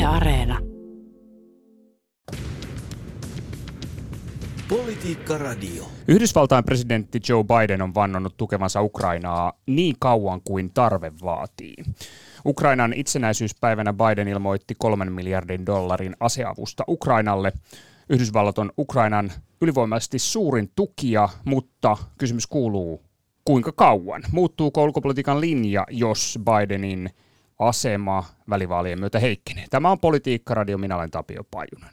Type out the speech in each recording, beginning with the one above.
Areena. Politiikka Radio. Yhdysvaltain presidentti Joe Biden on vannonut tukevansa Ukrainaa niin kauan kuin tarve vaatii. Ukrainan itsenäisyyspäivänä Biden ilmoitti $3 miljardin aseavusta Ukrainalle. Yhdysvallat on Ukrainan ylivoimaisesti suurin tukija, mutta kysymys kuuluu, kuinka kauan? Muuttuuko ulkopolitiikan linja, jos Bidenin asema välivaalien myötä heikkenee? Tämä on Politiikka Radio, minä olen Tapio Pajunen.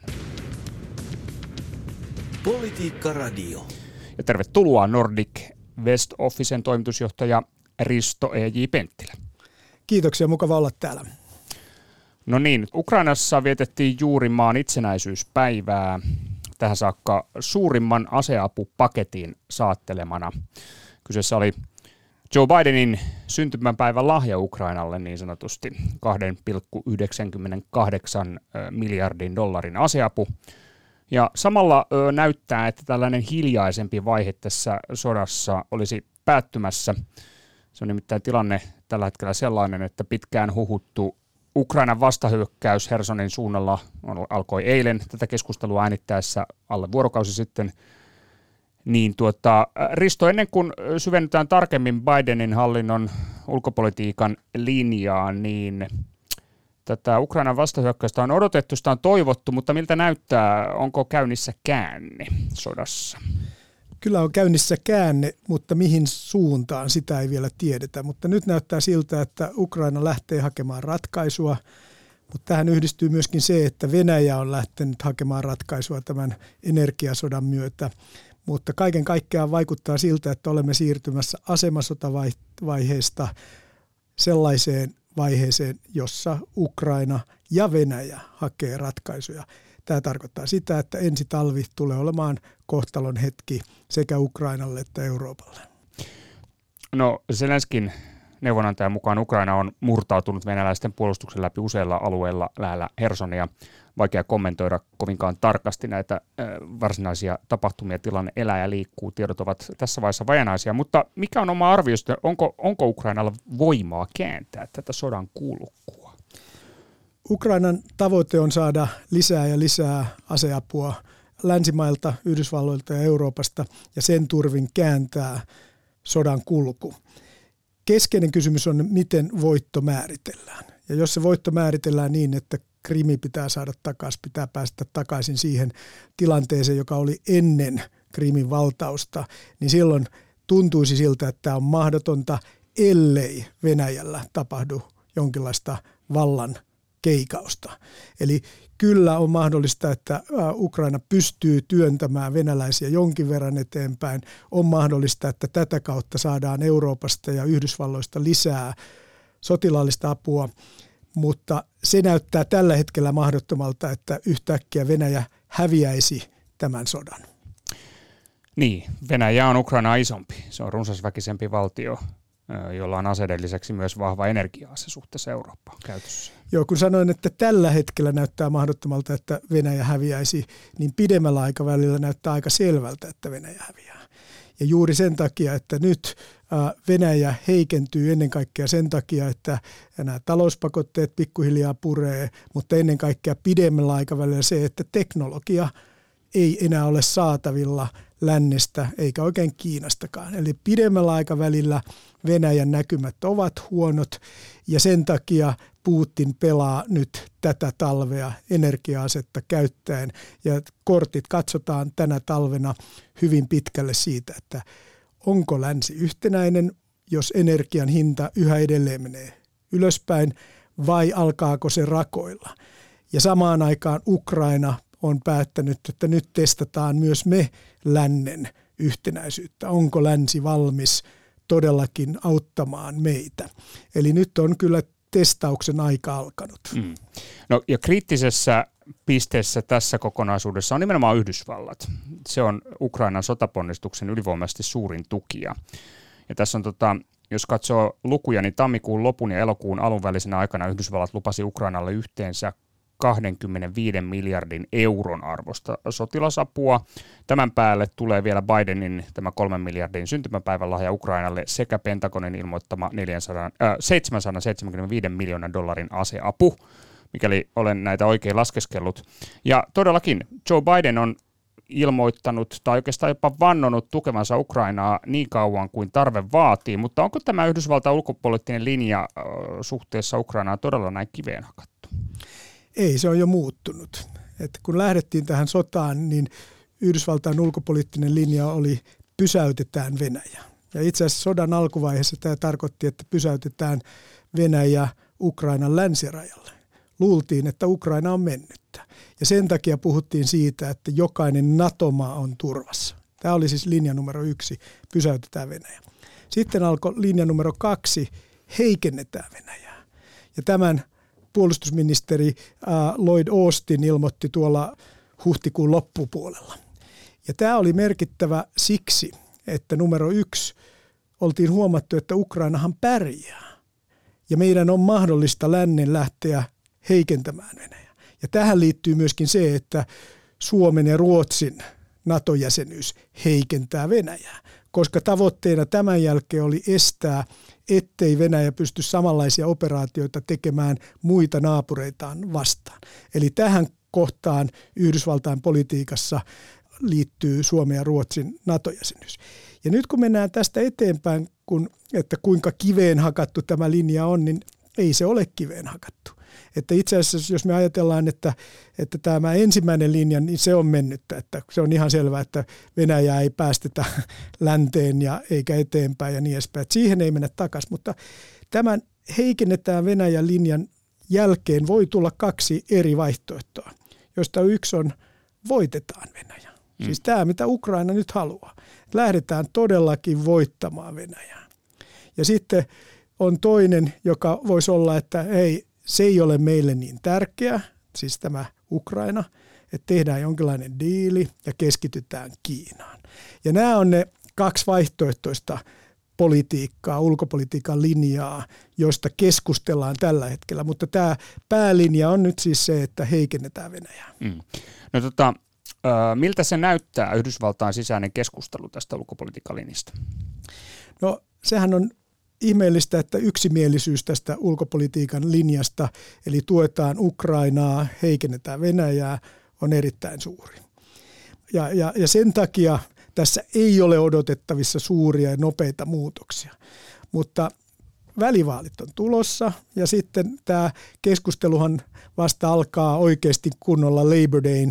Politiikka Radio. Ja tervetuloa Nordic West Officen toimitusjohtaja Risto E.J. Penttilä. Kiitoksia, mukava olla täällä. No niin, Ukrainassa vietettiin juuri maan itsenäisyyspäivää. Tähän saakka suurimman aseapupaketin saattelemana. Kyseessä oli Joe Bidenin syntymäpäivän lahja Ukrainalle niin sanotusti $2,98 miljardin aseapu. Ja samalla näyttää, että tällainen hiljaisempi vaihe tässä sodassa olisi päättymässä. Se on nimittäin tilanne tällä hetkellä sellainen, että pitkään huhuttu Ukrainan vastahyökkäys Hersonin suunnalla alkoi eilen tätä keskustelua äänittäessä alle vuorokausi sitten. Niin Risto, ennen kuin syvennytään tarkemmin Bidenin hallinnon ulkopolitiikan linjaan, niin tätä Ukrainan vastahyökkäystä on odotettu, sitä on toivottu, mutta miltä näyttää, onko käynnissä käänne sodassa? Kyllä on käynnissä käänne, mutta mihin suuntaan, sitä ei vielä tiedetä. Mutta nyt näyttää siltä, että Ukraina lähtee hakemaan ratkaisua, mutta tähän yhdistyy myöskin se, että Venäjä on lähtenyt hakemaan ratkaisua tämän energiasodan myötä. Mutta kaiken kaikkiaan vaikuttaa siltä, että olemme siirtymässä asemasotavaiheesta sellaiseen vaiheeseen, jossa Ukraina ja Venäjä hakee ratkaisuja. Tämä tarkoittaa sitä, että ensi talvi tulee olemaan kohtalon hetki sekä Ukrainalle että Euroopalle. No Zelenskin neuvonantajan mukaan Ukraina on murtautunut venäläisten puolustuksen läpi useilla alueilla lähellä Hersonia. Vaikea kommentoida kovinkaan tarkasti näitä varsinaisia tapahtumia. Tilanne elää ja liikkuu. Tiedot ovat tässä vaiheessa vajanaisia. Mutta mikä on oma arviosta? Onko Ukrainalla voimaa kääntää tätä sodan kulkua? Ukrainan tavoite on saada lisää ja lisää aseapua länsimailta, Yhdysvalloilta ja Euroopasta ja sen turvin kääntää sodan kulku. Keskeinen kysymys on, miten voitto määritellään. Ja jos se voitto määritellään niin, että Krimi pitää saada takaisin, pitää päästä takaisin siihen tilanteeseen, joka oli ennen Krimin valtausta, niin silloin tuntuisi siltä, että tämä on mahdotonta, ellei Venäjällä tapahdu jonkinlaista vallan keikausta. Eli kyllä on mahdollista, että Ukraina pystyy työntämään venäläisiä jonkin verran eteenpäin. On mahdollista, että tätä kautta saadaan Euroopasta ja Yhdysvalloista lisää sotilaallista apua, mutta se näyttää tällä hetkellä mahdottomalta, että yhtäkkiä Venäjä häviäisi tämän sodan. Niin, Venäjä on Ukrainaa isompi. Se on runsasväkisempi valtio, jolla on aseiden lisäksi myös vahva energia-ase suhteessa Eurooppaan käytössä. Joo, kun sanoin, että tällä hetkellä näyttää mahdottomalta, että Venäjä häviäisi, niin pidemmällä aikavälillä näyttää aika selvältä, että Venäjä häviää. Ja juuri sen takia, että nyt Venäjä heikentyy ennen kaikkea sen takia, että nämä talouspakotteet pikkuhiljaa puree, mutta ennen kaikkea pidemmällä aikavälillä se, että teknologia ei enää ole saatavilla lännestä eikä oikein Kiinastakaan. Eli pidemmällä aikavälillä Venäjän näkymät ovat huonot ja sen takia Putin pelaa nyt tätä talvea energia-asetta käyttäen ja kortit katsotaan tänä talvena hyvin pitkälle siitä, että onko länsi yhtenäinen, jos energian hinta yhä edelleen menee ylöspäin vai alkaako se rakoilla. Ja samaan aikaan Ukraina on päättänyt, että nyt testataan myös me lännen yhtenäisyyttä. Onko länsi valmis todellakin auttamaan meitä? Eli nyt on kyllä testauksen aika alkanut. No ja kriittisessä pisteessä tässä kokonaisuudessa on nimenomaan Yhdysvallat. Se on Ukrainan sotaponnistuksen ylivoimaisesti suurin tukija. Ja tässä on jos katsoo lukuja, niin tammikuun lopun ja elokuun alun välisenä aikana Yhdysvallat lupasi Ukrainalle yhteensä 25 miljardin euron arvosta sotilasapua. Tämän päälle tulee vielä Bidenin tämä 3 miljardin syntymäpäivän lahja Ukrainalle sekä Pentagonin ilmoittama $775 miljoonan aseapu. mikäli olen näitä oikein laskeskellut. Ja todellakin Joe Biden on ilmoittanut tai oikeastaan jopa vannonut tukevansa Ukrainaa niin kauan kuin tarve vaatii, mutta onko tämä Yhdysvaltain ulkopoliittinen linja suhteessa Ukrainaan todella näin kiveen hakattu? Ei, se on jo muuttunut. Että kun lähdettiin tähän sotaan, niin Yhdysvaltain ulkopoliittinen linja oli pysäytetään Venäjä. Ja itse asiassa sodan alkuvaiheessa tämä tarkoitti, että pysäytetään Venäjä Ukrainan länsirajalle. Luultiin, että Ukraina on mennyttä. Ja sen takia puhuttiin siitä, että jokainen NATO-maa on turvassa. Tämä oli siis linja numero 1, pysäytetään Venäjä. Sitten alkoi linja numero 2, heikennetään Venäjää. Ja tämän puolustusministeri Lloyd Austin ilmoitti tuolla huhtikuun loppupuolella. Ja tämä oli merkittävä siksi, että numero 1 oltiin huomattu, että Ukrainahan pärjää. Ja meidän on mahdollista lännen lähteä heikentämään Venäjää. Ja tähän liittyy myöskin se, että Suomen ja Ruotsin NATO-jäsenyys heikentää Venäjää, koska tavoitteena tämän jälkeen oli estää, ettei Venäjä pysty samanlaisia operaatioita tekemään muita naapureitaan vastaan. Eli tähän kohtaan Yhdysvaltain politiikassa liittyy Suomen ja Ruotsin NATO-jäsenyys. Ja nyt kun mennään tästä eteenpäin, että kuinka kiveen hakattu tämä linja on, niin ei se ole kiveen hakattu. Että itse asiassa, jos me ajatellaan, että tämä ensimmäinen linja, niin se on mennyttä. Että se on ihan selvää, että Venäjää ei päästetä länteen ja eikä eteenpäin ja niin edespäin. Että siihen ei mennä takaisin, mutta tämän heikennetään Venäjän linjan jälkeen voi tulla 2 eri vaihtoehtoa, joista yksi on voitetaan Venäjä. Siis tämä, mitä Ukraina nyt haluaa. Lähdetään todellakin voittamaan Venäjää. Ja sitten on toinen, joka voisi olla, että se ei ole meille niin tärkeä, siis tämä Ukraina, että tehdään jonkinlainen diili ja keskitytään Kiinaan. Ja nämä on ne 2 vaihtoehtoista politiikkaa, ulkopolitiikan linjaa, josta keskustellaan tällä hetkellä. Mutta tämä päälinja on nyt siis se, että heikennetään Venäjää. No miltä se näyttää Yhdysvaltain sisäinen keskustelu tästä ulkopolitiikan linjasta? No sehän on ihmeellistä, että yksimielisyys tästä ulkopolitiikan linjasta, eli tuetaan Ukrainaa, heikennetään Venäjää, on erittäin suuri. Ja sen takia tässä ei ole odotettavissa suuria ja nopeita muutoksia, mutta välivaalit on tulossa ja sitten tämä keskusteluhan vasta alkaa oikeasti kunnolla Labor Dayn,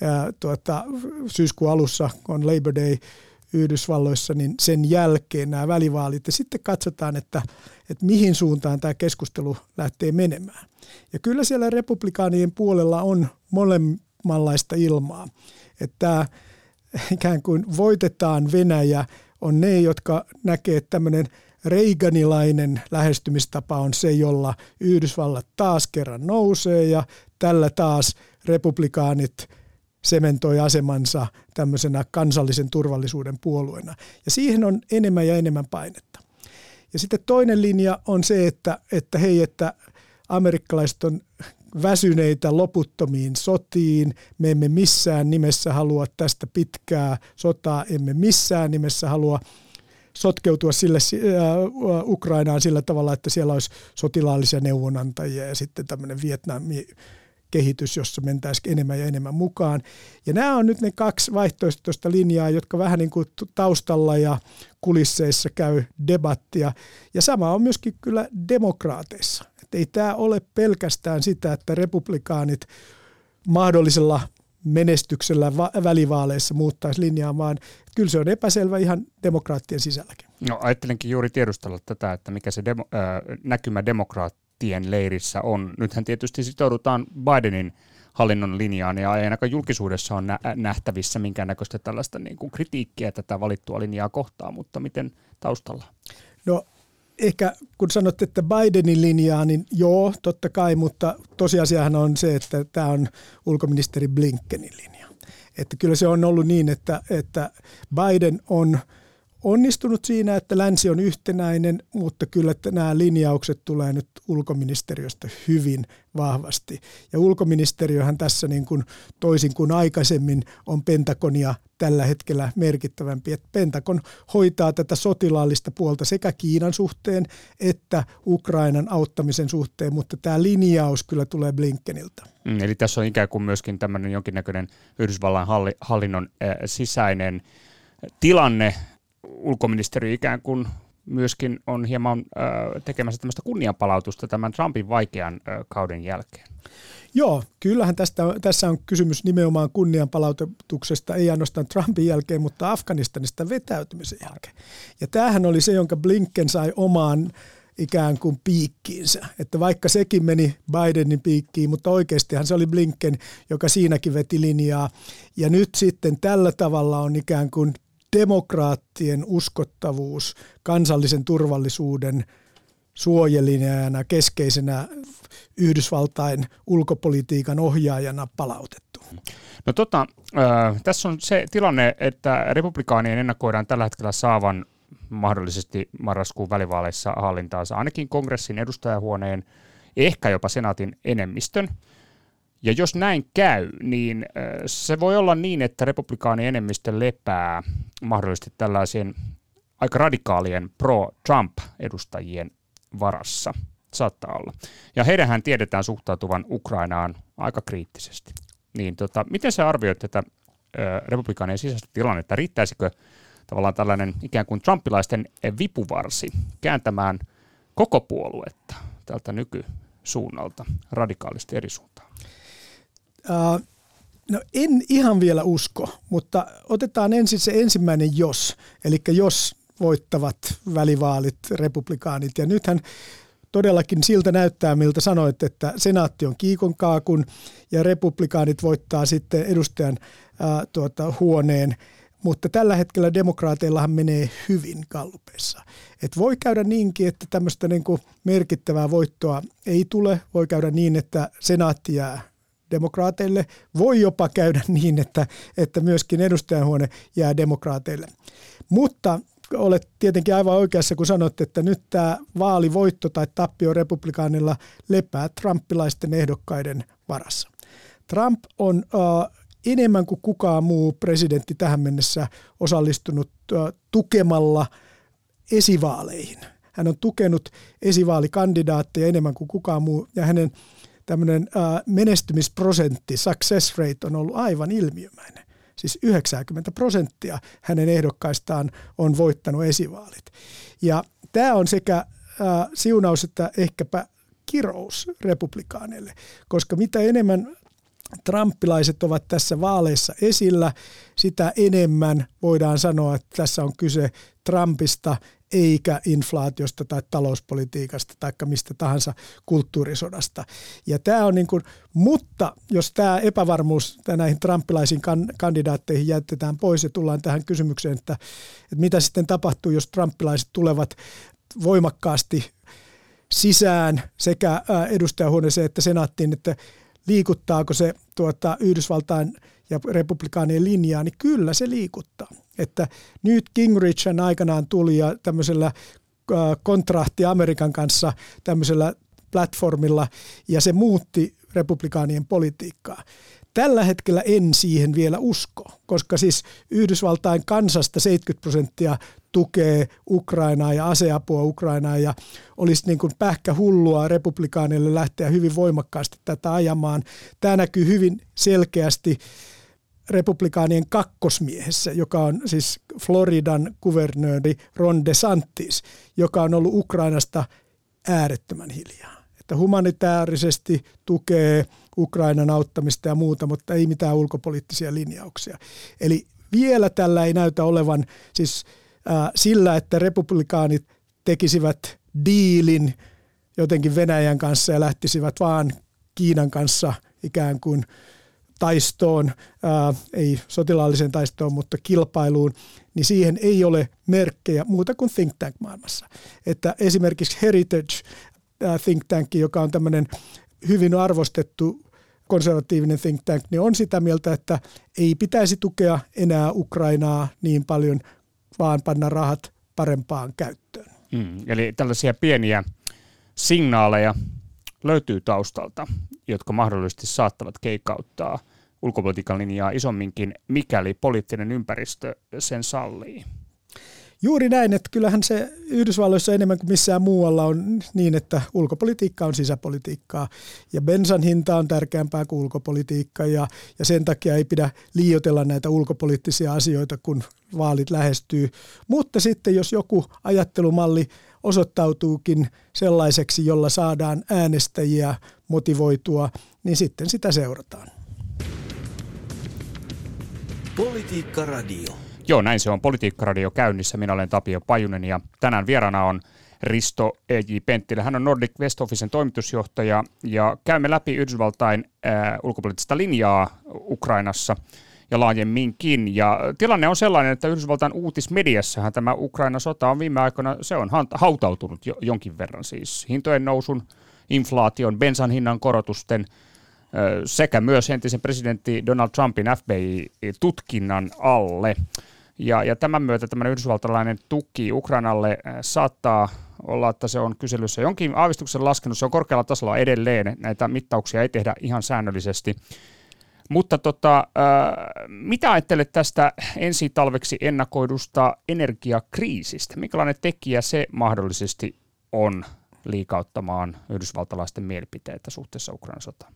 syyskuun alussa on Labor Day Yhdysvalloissa, niin sen jälkeen nämä välivaalit ja sitten katsotaan, että mihin suuntaan tämä keskustelu lähtee menemään. Ja kyllä siellä republikaanien puolella on molemmanlaista ilmaa, että ikään kuin voitetaan Venäjä on ne, jotka näkee, että tämmöinen reaganilainen lähestymistapa on se, jolla Yhdysvallat taas kerran nousee ja tällä taas republikaanit sementoi asemansa tämmöisenä kansallisen turvallisuuden puolueena. Ja siihen on enemmän ja enemmän painetta. Ja sitten toinen linja on se, että amerikkalaiset on väsyneitä loputtomiin sotiin. Me emme missään nimessä halua tästä pitkää sotaa, emme missään nimessä halua sotkeutua Ukrainaan sillä tavalla, että siellä olisi sotilaallisia neuvonantajia ja sitten tämmöinen Vietnamin kehitys, jossa mentäisiin enemmän ja enemmän mukaan. Ja nämä on nyt ne 2 vaihtoehtoista linjaa, jotka vähän niin kuin taustalla ja kulisseissa käy debattia. Ja sama on myöskin kyllä demokraateissa. Että ei tämä ole pelkästään sitä, että republikaanit mahdollisella menestyksellä välivaaleissa muuttaisi linjaa, vaan kyllä se on epäselvä ihan demokraattien sisälläkin. No ajattelenkin juuri tiedustella tätä, että mikä se näkymä demokraattien leirissä on. Nythän tietysti sitoudutaan Bidenin hallinnon linjaan ja ainakaan julkisuudessa on nähtävissä minkäännäköistä tällaista niin kuin kritiikkiä tätä valittua linjaa kohtaan, mutta miten taustalla? No ehkä kun sanotte, että Bidenin linjaa, niin joo, totta kai, mutta tosiasiahan on se, että tämä on ulkoministeri Blinkenin linja. Että kyllä se on ollut niin, että Biden on onnistunut siinä, että länsi on yhtenäinen, mutta kyllä että nämä linjaukset tulee nyt ulkoministeriöstä hyvin vahvasti. Ja ulkoministeriöhän tässä niin kuin toisin kuin aikaisemmin on Pentagonia tällä hetkellä merkittävämpi. Että Pentagon hoitaa tätä sotilaallista puolta sekä Kiinan suhteen että Ukrainan auttamisen suhteen, mutta tämä linjaus kyllä tulee Blinkeniltä. Eli tässä on ikään kuin myöskin tämmöinen jonkinnäköinen Yhdysvallan hallinnon sisäinen tilanne. Ulkoministeriö ikään kuin myöskin on hieman tekemässä tämmöistä kunnianpalautusta tämän Trumpin vaikean kauden jälkeen. Joo, kyllähän tässä on kysymys nimenomaan kunnianpalautuksesta, ei ainoastaan Trumpin jälkeen, mutta Afganistanista vetäytymisen jälkeen. Ja tämähän oli se, jonka Blinken sai omaan ikään kuin piikkiinsä. Että vaikka sekin meni Bidenin piikkiin, mutta oikeastihan se oli Blinken, joka siinäkin veti linjaa. Ja nyt sitten tällä tavalla on ikään kuin demokraattien uskottavuus kansallisen turvallisuuden suojelijana, keskeisenä Yhdysvaltain ulkopolitiikan ohjaajana palautettu. No tässä on se tilanne, että republikaanien ennakoidaan tällä hetkellä saavan mahdollisesti marraskuun välivaaleissa hallintaansa ainakin kongressin edustajahuoneen, ehkä jopa senaatin enemmistön. Ja jos näin käy, niin se voi olla niin, että republikaanien enemmistö lepää mahdollisesti tällaisien aika radikaalien pro-Trump-edustajien varassa. Saattaa olla. Ja heidänhän tiedetään suhtautuvan Ukrainaan aika kriittisesti. Niin miten sä arvioit tätä republikaanien sisäistä tilannetta? Riittäisikö tavallaan tällainen ikään kuin trumpilaisten vipuvarsi kääntämään koko puoluetta tältä nykysuunnalta radikaalisti eri suuntaan? No en ihan vielä usko, mutta otetaan ensin se ensimmäinen jos, eli jos voittavat välivaalit republikaanit. Ja nythän todellakin siltä näyttää, miltä sanoit, että senaatti on kiikon kaakun ja republikaanit voittaa sitten edustajan huoneen. Mutta tällä hetkellä demokraateillahan menee hyvin gallupeissa. Et voi käydä niinkin, että tämmöistä niin kuin merkittävää voittoa ei tule. Voi käydä niin, että senaatti jää demokraateille. Voi jopa käydä niin, että myöskin edustajanhuone jää demokraateille. Mutta olet tietenkin aivan oikeassa, kun sanot, että nyt tämä vaalivoitto tai tappio republikaanilla lepää trumpilaisten ehdokkaiden varassa. Trump on enemmän kuin kukaan muu presidentti tähän mennessä osallistunut tukemalla esivaaleihin. Hän on tukenut esivaalikandidaatteja enemmän kuin kukaan muu, ja hänen tämmöinen menestymisprosentti, success rate, on ollut aivan ilmiömäinen. Siis 90% hänen ehdokkaistaan on voittanut esivaalit. Ja tämä on sekä siunaus että ehkäpä kirous republikaaneille, koska mitä enemmän trumpilaiset ovat tässä vaaleissa esillä, sitä enemmän voidaan sanoa, että tässä on kyse Trumpista eikä inflaatiosta tai talouspolitiikasta tai mistä tahansa kulttuurisodasta. Ja tämä on niin kuin, mutta jos tämä epävarmuus näihin trumpilaisiin kandidaatteihin jätetään pois ja tullaan tähän kysymykseen, että mitä sitten tapahtuu, jos trumpilaiset tulevat voimakkaasti sisään sekä edustajahuoneeseen että senaattiin, että liikuttaako se Yhdysvaltain ja republikaanien linjaa, niin kyllä se liikuttaa. Että Newt Gingrich aikanaan tuli ja tämmöisellä kontrahti Amerikan kanssa tämmöisellä platformilla ja se muutti republikaanien politiikkaa. Tällä hetkellä en siihen vielä usko, koska siis Yhdysvaltain kansasta 70% tukee Ukrainaa ja aseapua Ukrainaa ja olisi niin kuin pähkähullua republikaanille lähteä hyvin voimakkaasti tätä ajamaan. Tämä näkyy hyvin selkeästi republikaanien kakkosmiehessä, joka on siis Floridan kuvernööri Ron DeSantis, joka on ollut Ukrainasta äärettömän hiljaa. Että humanitaarisesti tukee Ukrainan auttamista ja muuta, mutta ei mitään ulkopoliittisia linjauksia. Eli vielä tällä ei näytä olevan siis sillä, että republikaanit tekisivät diilin jotenkin Venäjän kanssa ja lähtisivät vaan Kiinan kanssa ikään kuin taistoon, ei sotilaalliseen taistoon, mutta kilpailuun, niin siihen ei ole merkkejä muuta kuin think tank maailmassa. Että esimerkiksi Heritage think tank, joka on tämmöinen hyvin arvostettu konservatiivinen think tank, niin on sitä mieltä, että ei pitäisi tukea enää Ukrainaa niin paljon vaan panna rahat parempaan käyttöön. Eli tällaisia pieniä signaaleja löytyy taustalta, jotka mahdollisesti saattavat keikauttaa ulkopolitiikan linjaa isomminkin, mikäli poliittinen ympäristö sen sallii. Juuri näin, että kyllähän se Yhdysvalloissa enemmän kuin missään muualla on niin, että ulkopolitiikka on sisäpolitiikkaa ja bensan hinta on tärkeämpää kuin ulkopolitiikka ja sen takia ei pidä liioitella näitä ulkopoliittisia asioita, kun vaalit lähestyy. Mutta sitten jos joku ajattelumalli osoittautuukin sellaiseksi, jolla saadaan äänestäjiä motivoitua, niin sitten sitä seurataan. Politiikka Radio. Joo, näin se on. Politiikka-radio käynnissä. Minä olen Tapio Pajunen ja tänään vieraana on Risto E.J. Penttilä. Hän on Nordic West Officen toimitusjohtaja ja käymme läpi Yhdysvaltain ulkopoliittista linjaa Ukrainassa ja laajemminkin. Ja tilanne on sellainen, että Yhdysvaltain uutismediassahan tämä Ukraina-sota on viime aikoina, se on hautautunut jonkin verran siis hintojen nousun, inflaation, bensan hinnan korotusten sekä myös entisen presidentti Donald Trumpin FBI-tutkinnan alle. Ja tämän myötä tämmöinen yhdysvaltalainen tuki Ukrainalle saattaa olla, että se on kyselyssä jonkin aavistuksen laskenut. Se on korkealla tasolla edelleen. Näitä mittauksia ei tehdä ihan säännöllisesti. Mutta mitä ajattelet tästä ensi talveksi ennakoidusta energiakriisistä? Minkälainen tekijä se mahdollisesti on liikauttamaan yhdysvaltalaisten mielipiteitä suhteessa Ukrainan sotaan?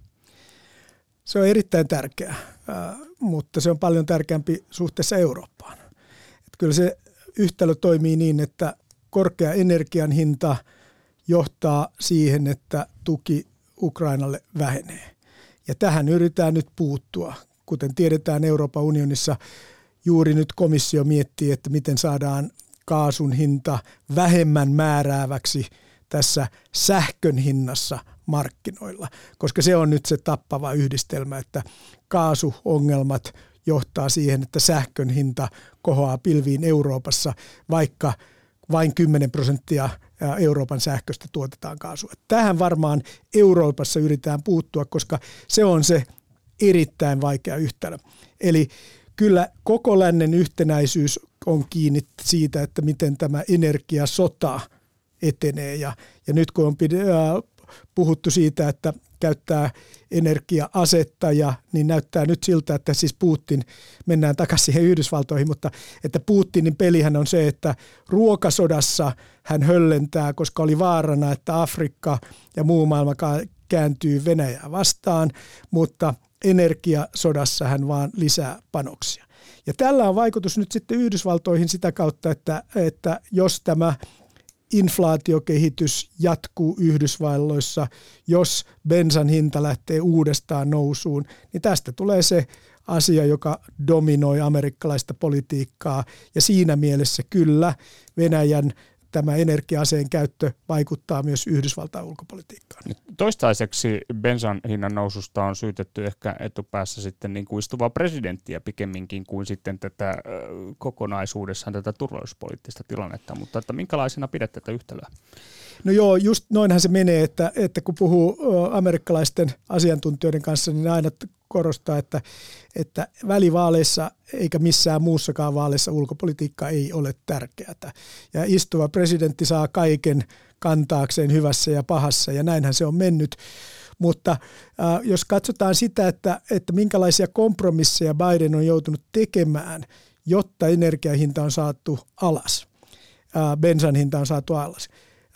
Se on erittäin tärkeä, mutta se on paljon tärkeämpi suhteessa Eurooppaan. Että kyllä se yhtälö toimii niin, että korkea energian hinta johtaa siihen, että tuki Ukrainalle vähenee. Ja tähän yritetään nyt puuttua. Kuten tiedetään, Euroopan unionissa juuri nyt komissio miettii, että miten saadaan kaasun hinta vähemmän määrääväksi tässä sähkön hinnassa markkinoilla, koska se on nyt se tappava yhdistelmä, että kaasuongelmat johtaa siihen, että sähkön hinta kohoaa pilviin Euroopassa, vaikka vain 10% Euroopan sähköstä tuotetaan kaasua. Tähän varmaan Euroopassa yritetään puuttua, koska se on se erittäin vaikea yhtälö. Eli kyllä koko lännen yhtenäisyys on kiinni siitä, että miten tämä energiasota etenee. Ja nyt kun on puhuttu siitä, että käyttää energia-asetta, niin näyttää nyt siltä, että siis Putin, mennään takaisin siihen Yhdysvaltoihin, mutta että Putinin pelihän on se, että ruokasodassa hän höllentää, koska oli vaarana, että Afrikka ja muu maailma kääntyy Venäjää vastaan, mutta energiasodassa hän vaan lisää panoksia. Ja tällä on vaikutus nyt sitten Yhdysvaltoihin sitä kautta, että jos tämä inflaatiokehitys jatkuu Yhdysvalloissa, jos bensan hinta lähtee uudestaan nousuun, niin tästä tulee se asia, joka dominoi amerikkalaista politiikkaa. Ja siinä mielessä kyllä Venäjän tämä energia-aseen käyttö vaikuttaa myös Yhdysvaltain ulkopolitiikkaan. Toistaiseksi bensan hinnan noususta on syytetty ehkä etupäässä sitten niin kuin istuvaa presidenttiä pikemminkin kuin sitten tätä kokonaisuudessaan tätä turvallisuuspoliittista tilannetta, mutta että minkälaisena pidät tätä yhtälöä? No joo, just noinhan se menee, että kun puhuu amerikkalaisten asiantuntijoiden kanssa, niin aina korostaa, että välivaaleissa eikä missään muussakaan vaaleissa ulkopolitiikka ei ole tärkeää. Ja istuva presidentti saa kaiken kantaakseen hyvässä ja pahassa, ja näinhän se on mennyt. Mutta jos katsotaan sitä, että minkälaisia kompromisseja Biden on joutunut tekemään, jotta energiahinta on saatu alas, bensan hinta on saatu alas.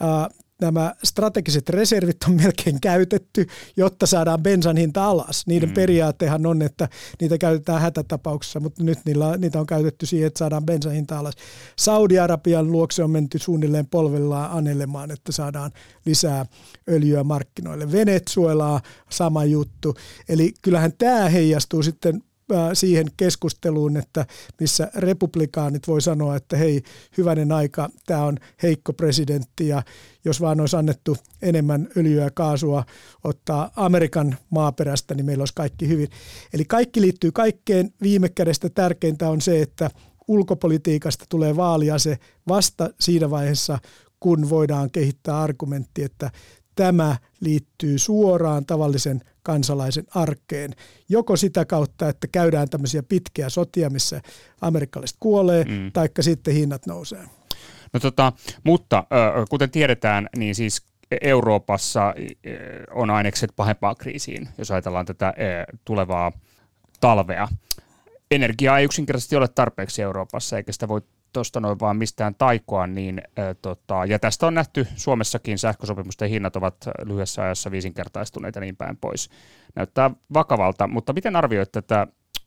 Nämä strategiset reservit on melkein käytetty, jotta saadaan bensan hinta alas. Niiden periaatehan on, että niitä käytetään hätätapauksessa, mutta nyt niitä on käytetty siihen, että saadaan bensan hinta alas. Saudi-Arabian luokse on menty suunnilleen polvellaan anelemaan, että saadaan lisää öljyä markkinoille. Venezuelaa sama juttu. Eli kyllähän tämä heijastuu sitten siihen keskusteluun, että missä republikaanit voi sanoa, että hei, hyvänen aika, tämä on heikko presidentti ja jos vaan olisi annettu enemmän öljyä ja kaasua ottaa Amerikan maaperästä, niin meillä olisi kaikki hyvin. Eli kaikki liittyy kaikkeen. Viime kädestä tärkeintä on se, että ulkopolitiikasta tulee vaaliase vasta siinä vaiheessa, kun voidaan kehittää argumentti, että tämä liittyy suoraan tavallisen kansalaisen arkeen. Joko sitä kautta, että käydään tämmöisiä pitkiä sotia, missä amerikkalaiset kuolee, taikka sitten hinnat nousee. No mutta kuten tiedetään, niin siis Euroopassa on ainekset pahempaan kriisiin, jos ajatellaan tätä tulevaa talvea. Energiaa ei yksinkertaisesti ole tarpeeksi Euroopassa, eikä sitä voi tuosta noin vaan mistään taikoa, ja tästä on nähty Suomessakin sähkösopimusten hinnat ovat lyhyessä ajassa viisinkertaistuneet ja niin päin pois. Näyttää vakavalta, mutta miten arvioit tätä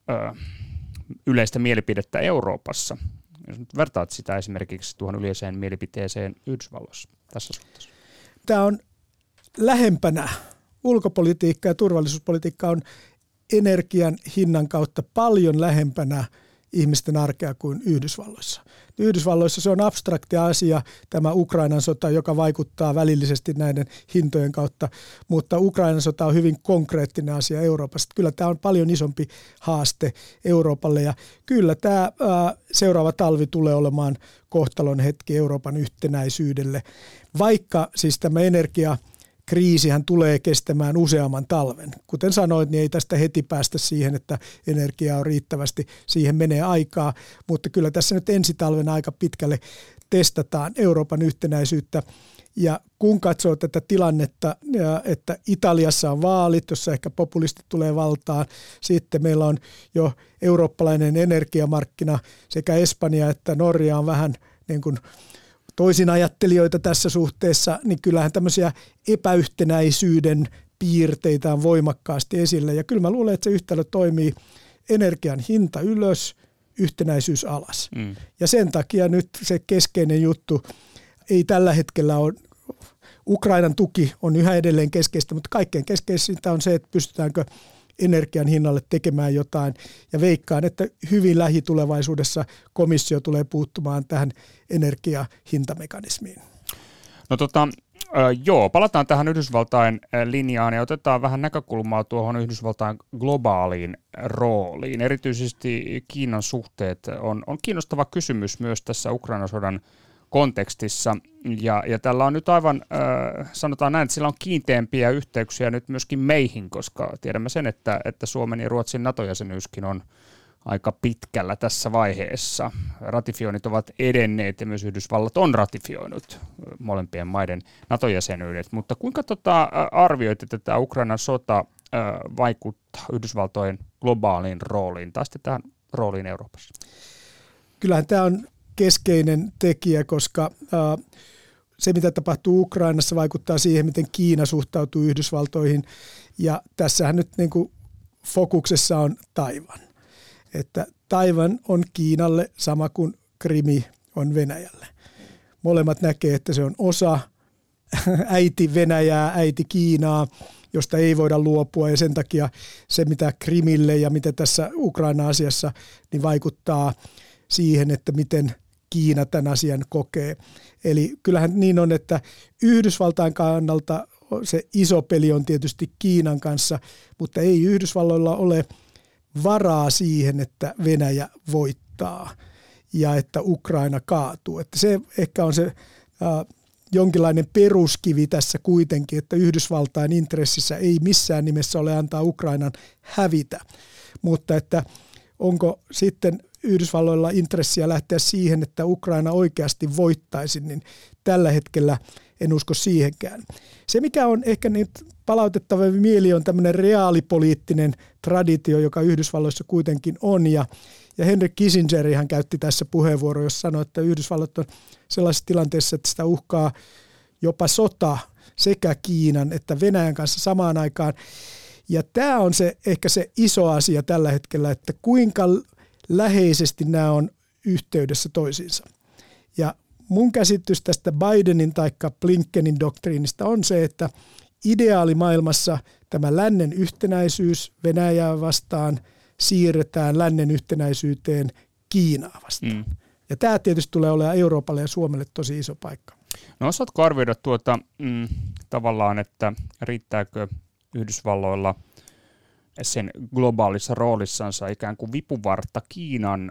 yleistä mielipidettä Euroopassa? Jos nyt vertaat sitä esimerkiksi tuohon yleiseen mielipiteeseen Yhdysvalloissa tässä suhteessa. Tämä on lähempänä. Ulkopolitiikka ja turvallisuuspolitiikka on energian hinnan kautta paljon lähempänä ihmisten arkea kuin Yhdysvalloissa. Yhdysvalloissa se on abstraktia asia, tämä Ukrainan sota, joka vaikuttaa välillisesti näiden hintojen kautta, mutta Ukrainan sota on hyvin konkreettinen asia Euroopassa. Kyllä tämä on paljon isompi haaste Euroopalle ja kyllä tämä seuraava talvi tulee olemaan kohtalon hetki Euroopan yhtenäisyydelle, vaikka siis tämä kriisihän tulee kestämään useamman talven. Kuten sanoit, niin ei tästä heti päästä siihen, että energiaa on riittävästi. Siihen menee aikaa, mutta kyllä tässä nyt ensi talven aika pitkälle testataan Euroopan yhtenäisyyttä. Ja kun katsoo tätä tilannetta, että Italiassa on vaalit, jossa ehkä populistit tulee valtaan, sitten meillä on jo eurooppalainen energiamarkkina, sekä Espanja että Norja on vähän niin kuin toisinajattelijoita tässä suhteessa, niin kyllähän tämmöisiä epäyhtenäisyyden piirteitä on voimakkaasti esillä. Ja kyllä mä luulen, että se yhtälö toimii energian hinta ylös, yhtenäisyys alas. Ja sen takia nyt se keskeinen juttu ei tällä hetkellä ole, Ukrainan tuki on yhä edelleen keskeistä, mutta kaikkein keskeisintä on se, että pystytäänkö energian hinnalle tekemään jotain. Ja veikkaan, että hyvin lähitulevaisuudessa komissio tulee puuttumaan tähän energiahintamekanismiin. No palataan tähän Yhdysvaltain linjaan ja otetaan vähän näkökulmaa tuohon Yhdysvaltain globaaliin rooliin. Erityisesti Kiinan suhteet on kiinnostava kysymys myös tässä Ukrainan sodan kontekstissa, ja tällä on nyt aivan, sanotaan näin, että sillä on kiinteämpiä yhteyksiä nyt myöskin meihin, koska tiedämme sen, että Suomen ja Ruotsin NATO-jäsenyyskin on aika pitkällä tässä vaiheessa. Ratifioinnit ovat edenneet ja myös Yhdysvallat on ratifioinut molempien maiden NATO-jäsenyydet, mutta kuinka arvioit, että tämä Ukrainan sota vaikuttaa Yhdysvaltojen globaaliin rooliin tai sitten tähän rooliin Euroopassa? Kyllähän tämä on keskeinen tekijä, koska se, mitä tapahtuu Ukrainassa, vaikuttaa siihen, miten Kiina suhtautuu Yhdysvaltoihin. Ja tässähän nyt niin kuin fokuksessa on Taiwan. Että Taiwan on Kiinalle sama kuin Krimi on Venäjälle. Molemmat näkee, että se on osa äiti Venäjää, äiti Kiinaa, josta ei voida luopua. Ja sen takia se, mitä Krimille ja mitä tässä Ukraina-asiassa, niin vaikuttaa siihen, että miten Kiina tämän asian kokee. Eli kyllähän niin on, että Yhdysvaltain kannalta se iso peli on tietysti Kiinan kanssa, mutta ei Yhdysvalloilla ole varaa siihen, että Venäjä voittaa ja että Ukraina kaatuu. Että se ehkä on se jonkinlainen peruskivi tässä kuitenkin, että Yhdysvaltain intressissä ei missään nimessä ole antaa Ukrainan hävitä, mutta että onko sitten Yhdysvalloilla intressiä lähteä siihen, että Ukraina oikeasti voittaisi, niin tällä hetkellä en usko siihenkään. Se, mikä on ehkä nyt palautettava mieli, on tämmöinen reaalipoliittinen traditio, joka Yhdysvalloissa kuitenkin on. Ja Henry Kissinger hän käytti tässä puheenvuoron, jossa sanoi, että Yhdysvallat on sellaisessa tilanteessa, että sitä uhkaa jopa sota sekä Kiinan että Venäjän kanssa samaan aikaan. Ja tämä on ehkä se iso asia tällä hetkellä, että kuinka läheisesti nämä on yhteydessä toisiinsa. Ja mun käsitys tästä Bidenin tai Blinkenin doktriinista on se, että ideaalimaailmassa tämä lännen yhtenäisyys Venäjää vastaan siirretään lännen yhtenäisyyteen Kiinaa vastaan. Ja tämä tietysti tulee olemaan Euroopalle ja Suomelle tosi iso paikka. No osaatko arvioida tavallaan, että riittääkö Yhdysvalloilla sen globaalissa roolissansa ikään kuin vipuvartta Kiinan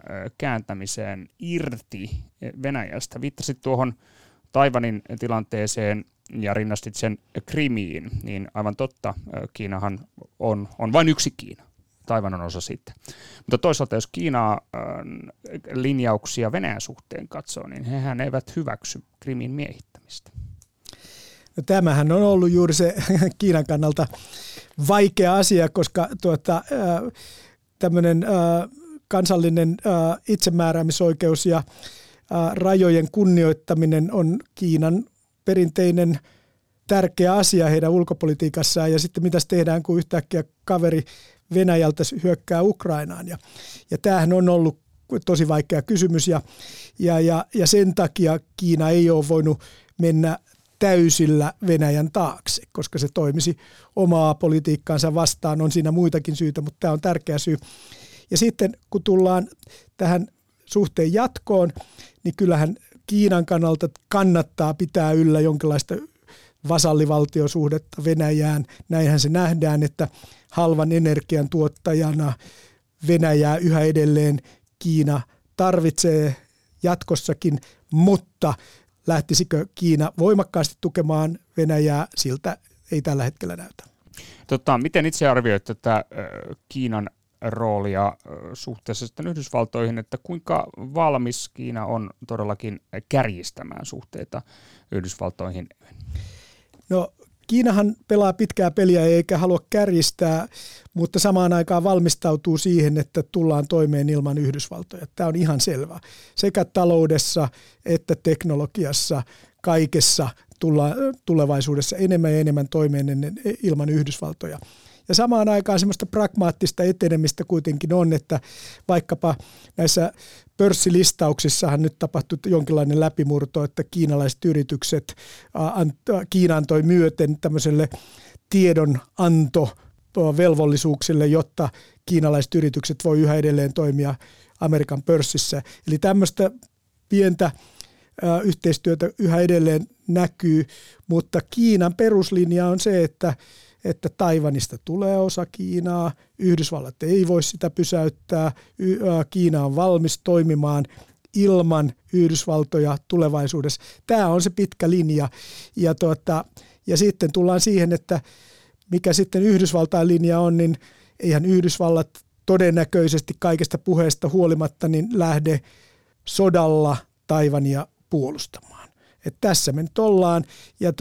kääntämiseen irti Venäjästä? Viittasit tuohon Taiwanin tilanteeseen. ja rinnastit sen Krimiin, niin aivan totta, Kiinahan on vain yksi Kiina. Taiwan on osa siitä. Mutta toisaalta jos Kiinaa linjauksia Venäjän suhteen katsoo, niin hehän eivät hyväksy Krimin miehittämistä. No, tämähän on ollut juuri se Kiinan kannalta vaikea asia, koska tämmöinen kansallinen itsemääräämisoikeus ja rajojen kunnioittaminen on Kiinan perinteinen tärkeä asia heidän ulkopolitiikassaan. Ja sitten mitäs tehdään, kun yhtäkkiä kaveri Venäjältä hyökkää Ukrainaan. Ja tämähän on ollut tosi vaikea kysymys ja sen takia Kiina ei ole voinut mennä täysillä Venäjän taakse, koska se toimisi omaa politiikkaansa vastaan. On siinä muitakin syitä, mutta tämä on tärkeä syy. Ja sitten kun tullaan tähän suhteen jatkoon, niin kyllähän Kiinan kannalta kannattaa pitää yllä jonkinlaista vasallivaltiosuhdetta Venäjään. Näinhän se nähdään, että halvan energian tuottajana Venäjää yhä edelleen Kiina tarvitsee jatkossakin, mutta lähtisikö Kiina voimakkaasti tukemaan Venäjää, siltä ei tällä hetkellä näytä. Miten itse arvioit tätä Kiinan roolia suhteessa sitten Yhdysvaltoihin, että kuinka valmis Kiina on todellakin kärjistämään suhteita Yhdysvaltoihin? No, Kiinahan pelaa pitkää peliä eikä halua kärjistää, mutta samaan aikaan valmistautuu siihen, että tullaan toimeen ilman Yhdysvaltoja. Tämä on ihan selvä. Sekä taloudessa että teknologiassa, kaikessa tullaan tulevaisuudessa enemmän ja enemmän toimeen ilman Yhdysvaltoja. Ja samaan aikaan semmoista pragmaattista etenemistä kuitenkin on, että vaikkapa näissä pörssilistauksissahan nyt tapahtui jonkinlainen läpimurto, että kiinalaiset yritykset, Kiina antoi myöten tämmöiselle tiedonantovelvollisuuksille, jotta kiinalaiset yritykset voi yhä edelleen toimia Amerikan pörssissä. Eli tämmöistä pientä yhteistyötä yhä edelleen näkyy, mutta Kiinan peruslinja on se, että Taiwanista tulee osa Kiinaa, Yhdysvallat ei voi sitä pysäyttää, Kiina on valmis toimimaan ilman Yhdysvaltoja tulevaisuudessa. Tämä on se pitkä linja ja sitten tullaan siihen, että mikä sitten Yhdysvaltain linja on, niin eihän Yhdysvallat todennäköisesti kaikesta puheesta huolimatta niin lähde sodalla Taiwania puolustamaan. Et tässä me nyt ollaan ja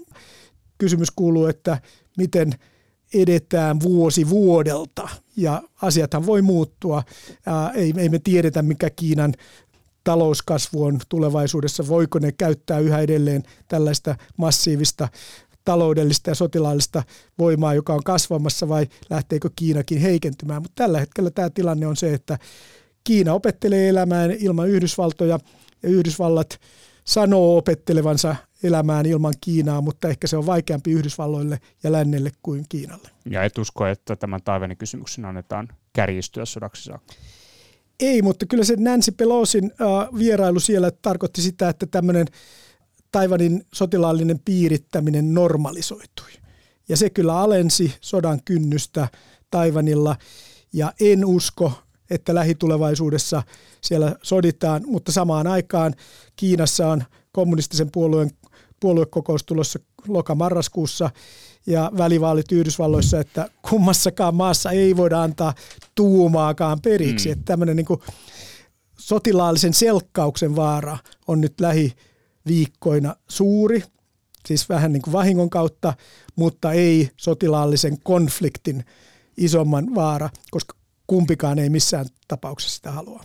kysymys kuuluu, että miten edetään vuosi vuodelta ja asiathan voi muuttua. Ei me tiedetä, mikä Kiinan talouskasvu on tulevaisuudessa. Voiko ne käyttää yhä edelleen tällaista massiivista taloudellista ja sotilaallista voimaa, joka on kasvamassa vai lähteekö Kiinakin heikentymään. Mutta tällä hetkellä tämä tilanne on se, että Kiina opettelee elämään ilman Yhdysvaltoja ja Yhdysvallat sanoo opettelevansa elämään ilman Kiinaa, mutta ehkä se on vaikeampi Yhdysvalloille ja lännelle kuin Kiinalle. Ja et usko, että tämän Taiwanin kysymyksen annetaan kärjistyä sodaksi saakka? Ei, mutta kyllä se Nancy Pelosin vierailu siellä tarkoitti sitä, että tämmöinen Taiwanin sotilaallinen piirittäminen normalisoitui. Ja se kyllä alensi sodan kynnystä Taiwanilla ja en usko, että lähitulevaisuudessa siellä soditaan, mutta samaan aikaan Kiinassa on kommunistisen puolueen puoluekokous tulossa loka-marraskuussa ja välivaalit Yhdysvalloissa, että kummassakaan maassa ei voida antaa tuumaakaan periksi. Että tämmöinen niin kuin sotilaallisen selkkauksen vaara on nyt lähiviikkoina suuri, siis vähän niin kuin vahingon kautta, mutta ei sotilaallisen konfliktin isomman vaara, koska kumpikaan ei missään tapauksessa sitä halua.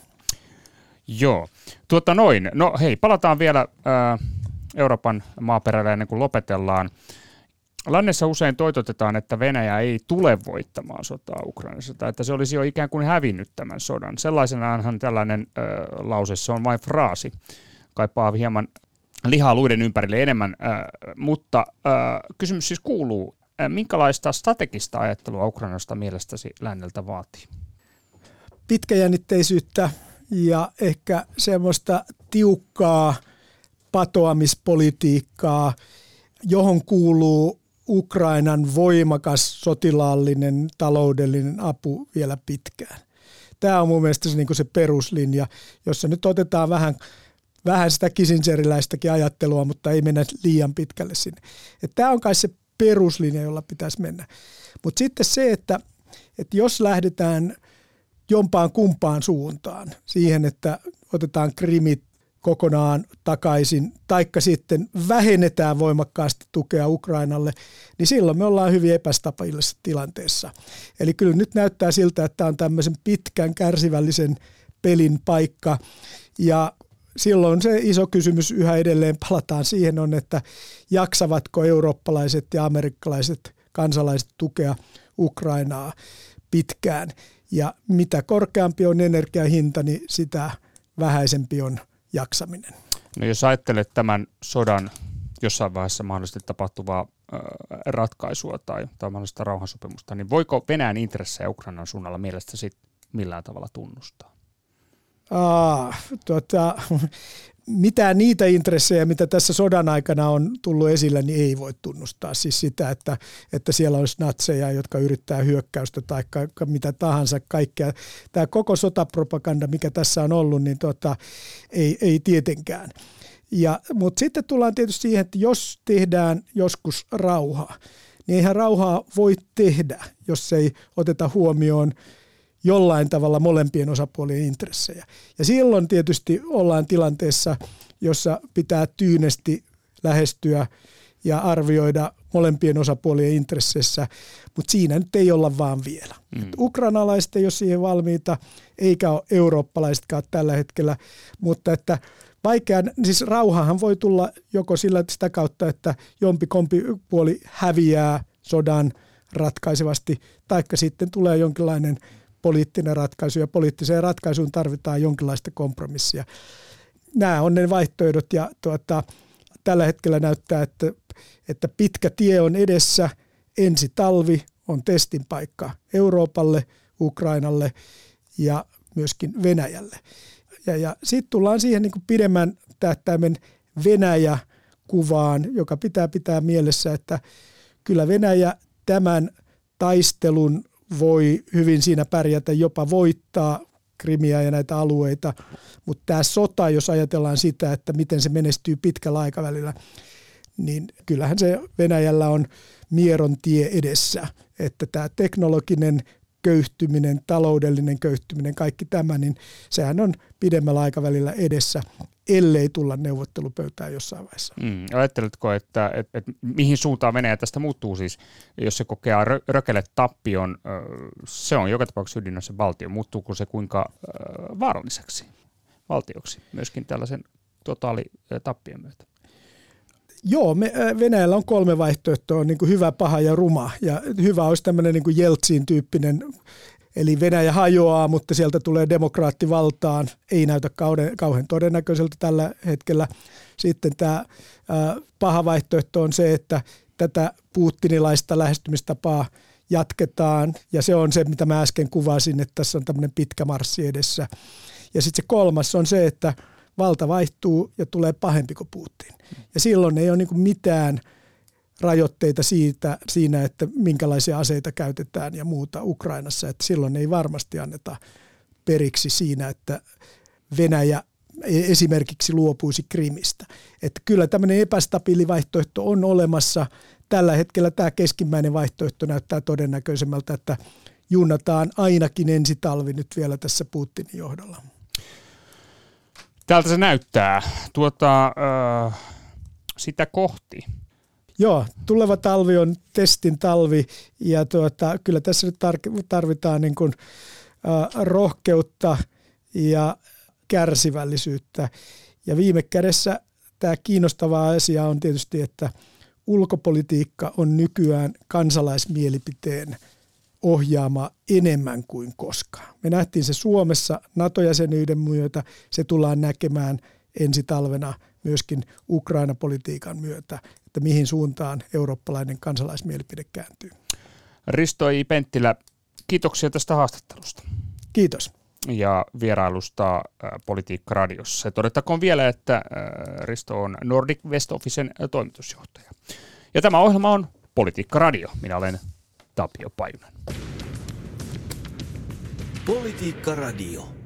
Joo. No hei, palataan vielä Euroopan maaperälle ennen kuin lopetellaan. Lännessä usein toitotetaan, että Venäjä ei tule voittamaan sotaa Ukrainassa, tai että se olisi jo ikään kuin hävinnyt tämän sodan. Sellaisenaanhan tällainen lause, se on vain fraasi, kaipaa hieman lihaa luiden ympärille enemmän, mutta kysymys siis kuuluu, minkälaista strategista ajattelua Ukrainasta mielestäsi länneltä vaatii? Pitkäjännitteisyyttä ja ehkä semmoista tiukkaa patoamispolitiikkaa, johon kuuluu Ukrainan voimakas sotilaallinen taloudellinen apu vielä pitkään. Tämä on mun mielestä se peruslinja, jossa nyt otetaan vähän vähän sitä Kissingeriläistäkin ajattelua, mutta ei mennä liian pitkälle sinne. Tämä on kai se peruslinja, jolla pitäisi mennä. Mutta sitten se, että jos lähdetään jompaan kumpaan suuntaan siihen, että otetaan Krimit kokonaan takaisin, taikka sitten vähennetään voimakkaasti tukea Ukrainalle, niin silloin me ollaan hyvin epästabiilisessa tilanteessa. Eli kyllä nyt näyttää siltä, että tämä on tämmöisen pitkän kärsivällisen pelin paikka, ja silloin se iso kysymys yhä edelleen, palataan siihen, on, että jaksavatko eurooppalaiset ja amerikkalaiset kansalaiset tukea Ukrainaa pitkään. Ja mitä korkeampi on energiahinta, niin sitä vähäisempi on jaksaminen. No jos ajattelet tämän sodan jossain vaiheessa mahdollisesti tapahtuvaa ratkaisua tai mahdollista rauhansopimusta, niin voiko Venäjän intressejä Ukrainan suunnalla mielestäsi millään tavalla tunnustaa? Mitään niitä intressejä, mitä tässä sodan aikana on tullut esillä, niin ei voi tunnustaa. Siis sitä, että siellä olisi natseja, jotka yrittää hyökkäystä tai mitä tahansa kaikkea. Tämä koko sotapropaganda, mikä tässä on ollut, niin ei tietenkään. Mutta sitten tullaan tietysti siihen, että jos tehdään joskus rauhaa, niin eihän rauhaa voi tehdä, jos ei oteta huomioon jollain tavalla molempien osapuolien intressejä. Ja silloin tietysti ollaan tilanteessa, jossa pitää tyynesti lähestyä ja arvioida molempien osapuolien intresseissä, mutta siinä nyt ei olla vaan vielä. Ukrainalaiset ei ole siihen valmiita, eikä ole eurooppalaisetkaan tällä hetkellä, mutta että siis rauhahan voi tulla joko sitä kautta, että jompikompi puoli häviää sodan ratkaisevasti, taikka sitten tulee jonkinlainen poliittinen ratkaisu, ja poliittiseen ratkaisuun tarvitaan jonkinlaista kompromissia. Nämä on ne vaihtoehdot, ja tällä hetkellä näyttää, että pitkä tie on edessä. Ensi talvi on testin paikka Euroopalle, Ukrainalle ja myöskin Venäjälle. Ja sitten tullaan siihen niin kuin pidemmän tähtäimen Venäjä-kuvaan, joka pitää mielessä, että kyllä Venäjä tämän taistelun voi hyvin siinä pärjätä, jopa voittaa Krimiä ja näitä alueita, mutta tämä sota, jos ajatellaan sitä, että miten se menestyy pitkällä aikavälillä, niin kyllähän se Venäjällä on mieron tie edessä, että tämä teknologinen köyhtyminen, taloudellinen köyhtyminen, kaikki tämä, niin sehän on pidemmällä aikavälillä edessä, ellei tulla neuvottelupöytään jossain vaiheessa. Ajatteletko, että mihin suuntaan Venäjä tästä muuttuu siis, jos se kokee rökeletappion, se on joka tapauksessa ydinasevaltio, valtio, muuttuuko se kuinka vaaralliseksi valtioksi myöskin tällaisen totaalitappion myötä? Joo, Venäjällä on 3 vaihtoehtoa, niin kuin hyvä, paha ja ruma. Ja hyvä olisi tämmöinen niin kuin Jeltsin-tyyppinen, eli Venäjä hajoaa, mutta sieltä tulee demokraattivaltaan. Ei näytä kauhean todennäköiseltä tällä hetkellä. Sitten tämä paha vaihtoehto on se, että tätä putinilaista lähestymistapaa jatketaan. Ja se on se, mitä mä äsken kuvasin, että tässä on tämmöinen pitkä marssi edessä. Ja sitten se 3. on se, että valta vaihtuu ja tulee pahempi kuin Putin. Ja silloin ei ole niin kuin mitään rajoitteita siinä, että minkälaisia aseita käytetään ja muuta Ukrainassa. Että silloin ei varmasti anneta periksi siinä, että Venäjä esimerkiksi luopuisi Krimistä. Että kyllä tämmöinen epästabiili vaihtoehto on olemassa. Tällä hetkellä tämä keskimmäinen vaihtoehto näyttää todennäköisemmältä, että junnataan ainakin ensi talvi nyt vielä tässä Putinin johdolla. Täältä se näyttää. Sitä kohti. Joo, tuleva talvi on testin talvi ja kyllä tässä nyt tarvitaan niin kuin, rohkeutta ja kärsivällisyyttä. Ja viime kädessä tämä kiinnostava asia on tietysti, että ulkopolitiikka on nykyään kansalaismielipiteen ohjaama enemmän kuin koskaan. Me nähtiin se Suomessa NATO-jäsenyyden myötä, se tullaan näkemään ensi talvena myöskin Ukraina-politiikan myötä, että mihin suuntaan eurooppalainen kansalaismielipide kääntyy. Risto I. Penttilä, kiitoksia tästä haastattelusta. Kiitos. Ja vierailusta Politiikka Radiossa. Todettakoon vielä, että Risto on Nordic West Officen toimitusjohtaja. Ja tämä ohjelma on Politiikka Radio. Minä olen Tapio Pajunen. Politiikka Radio.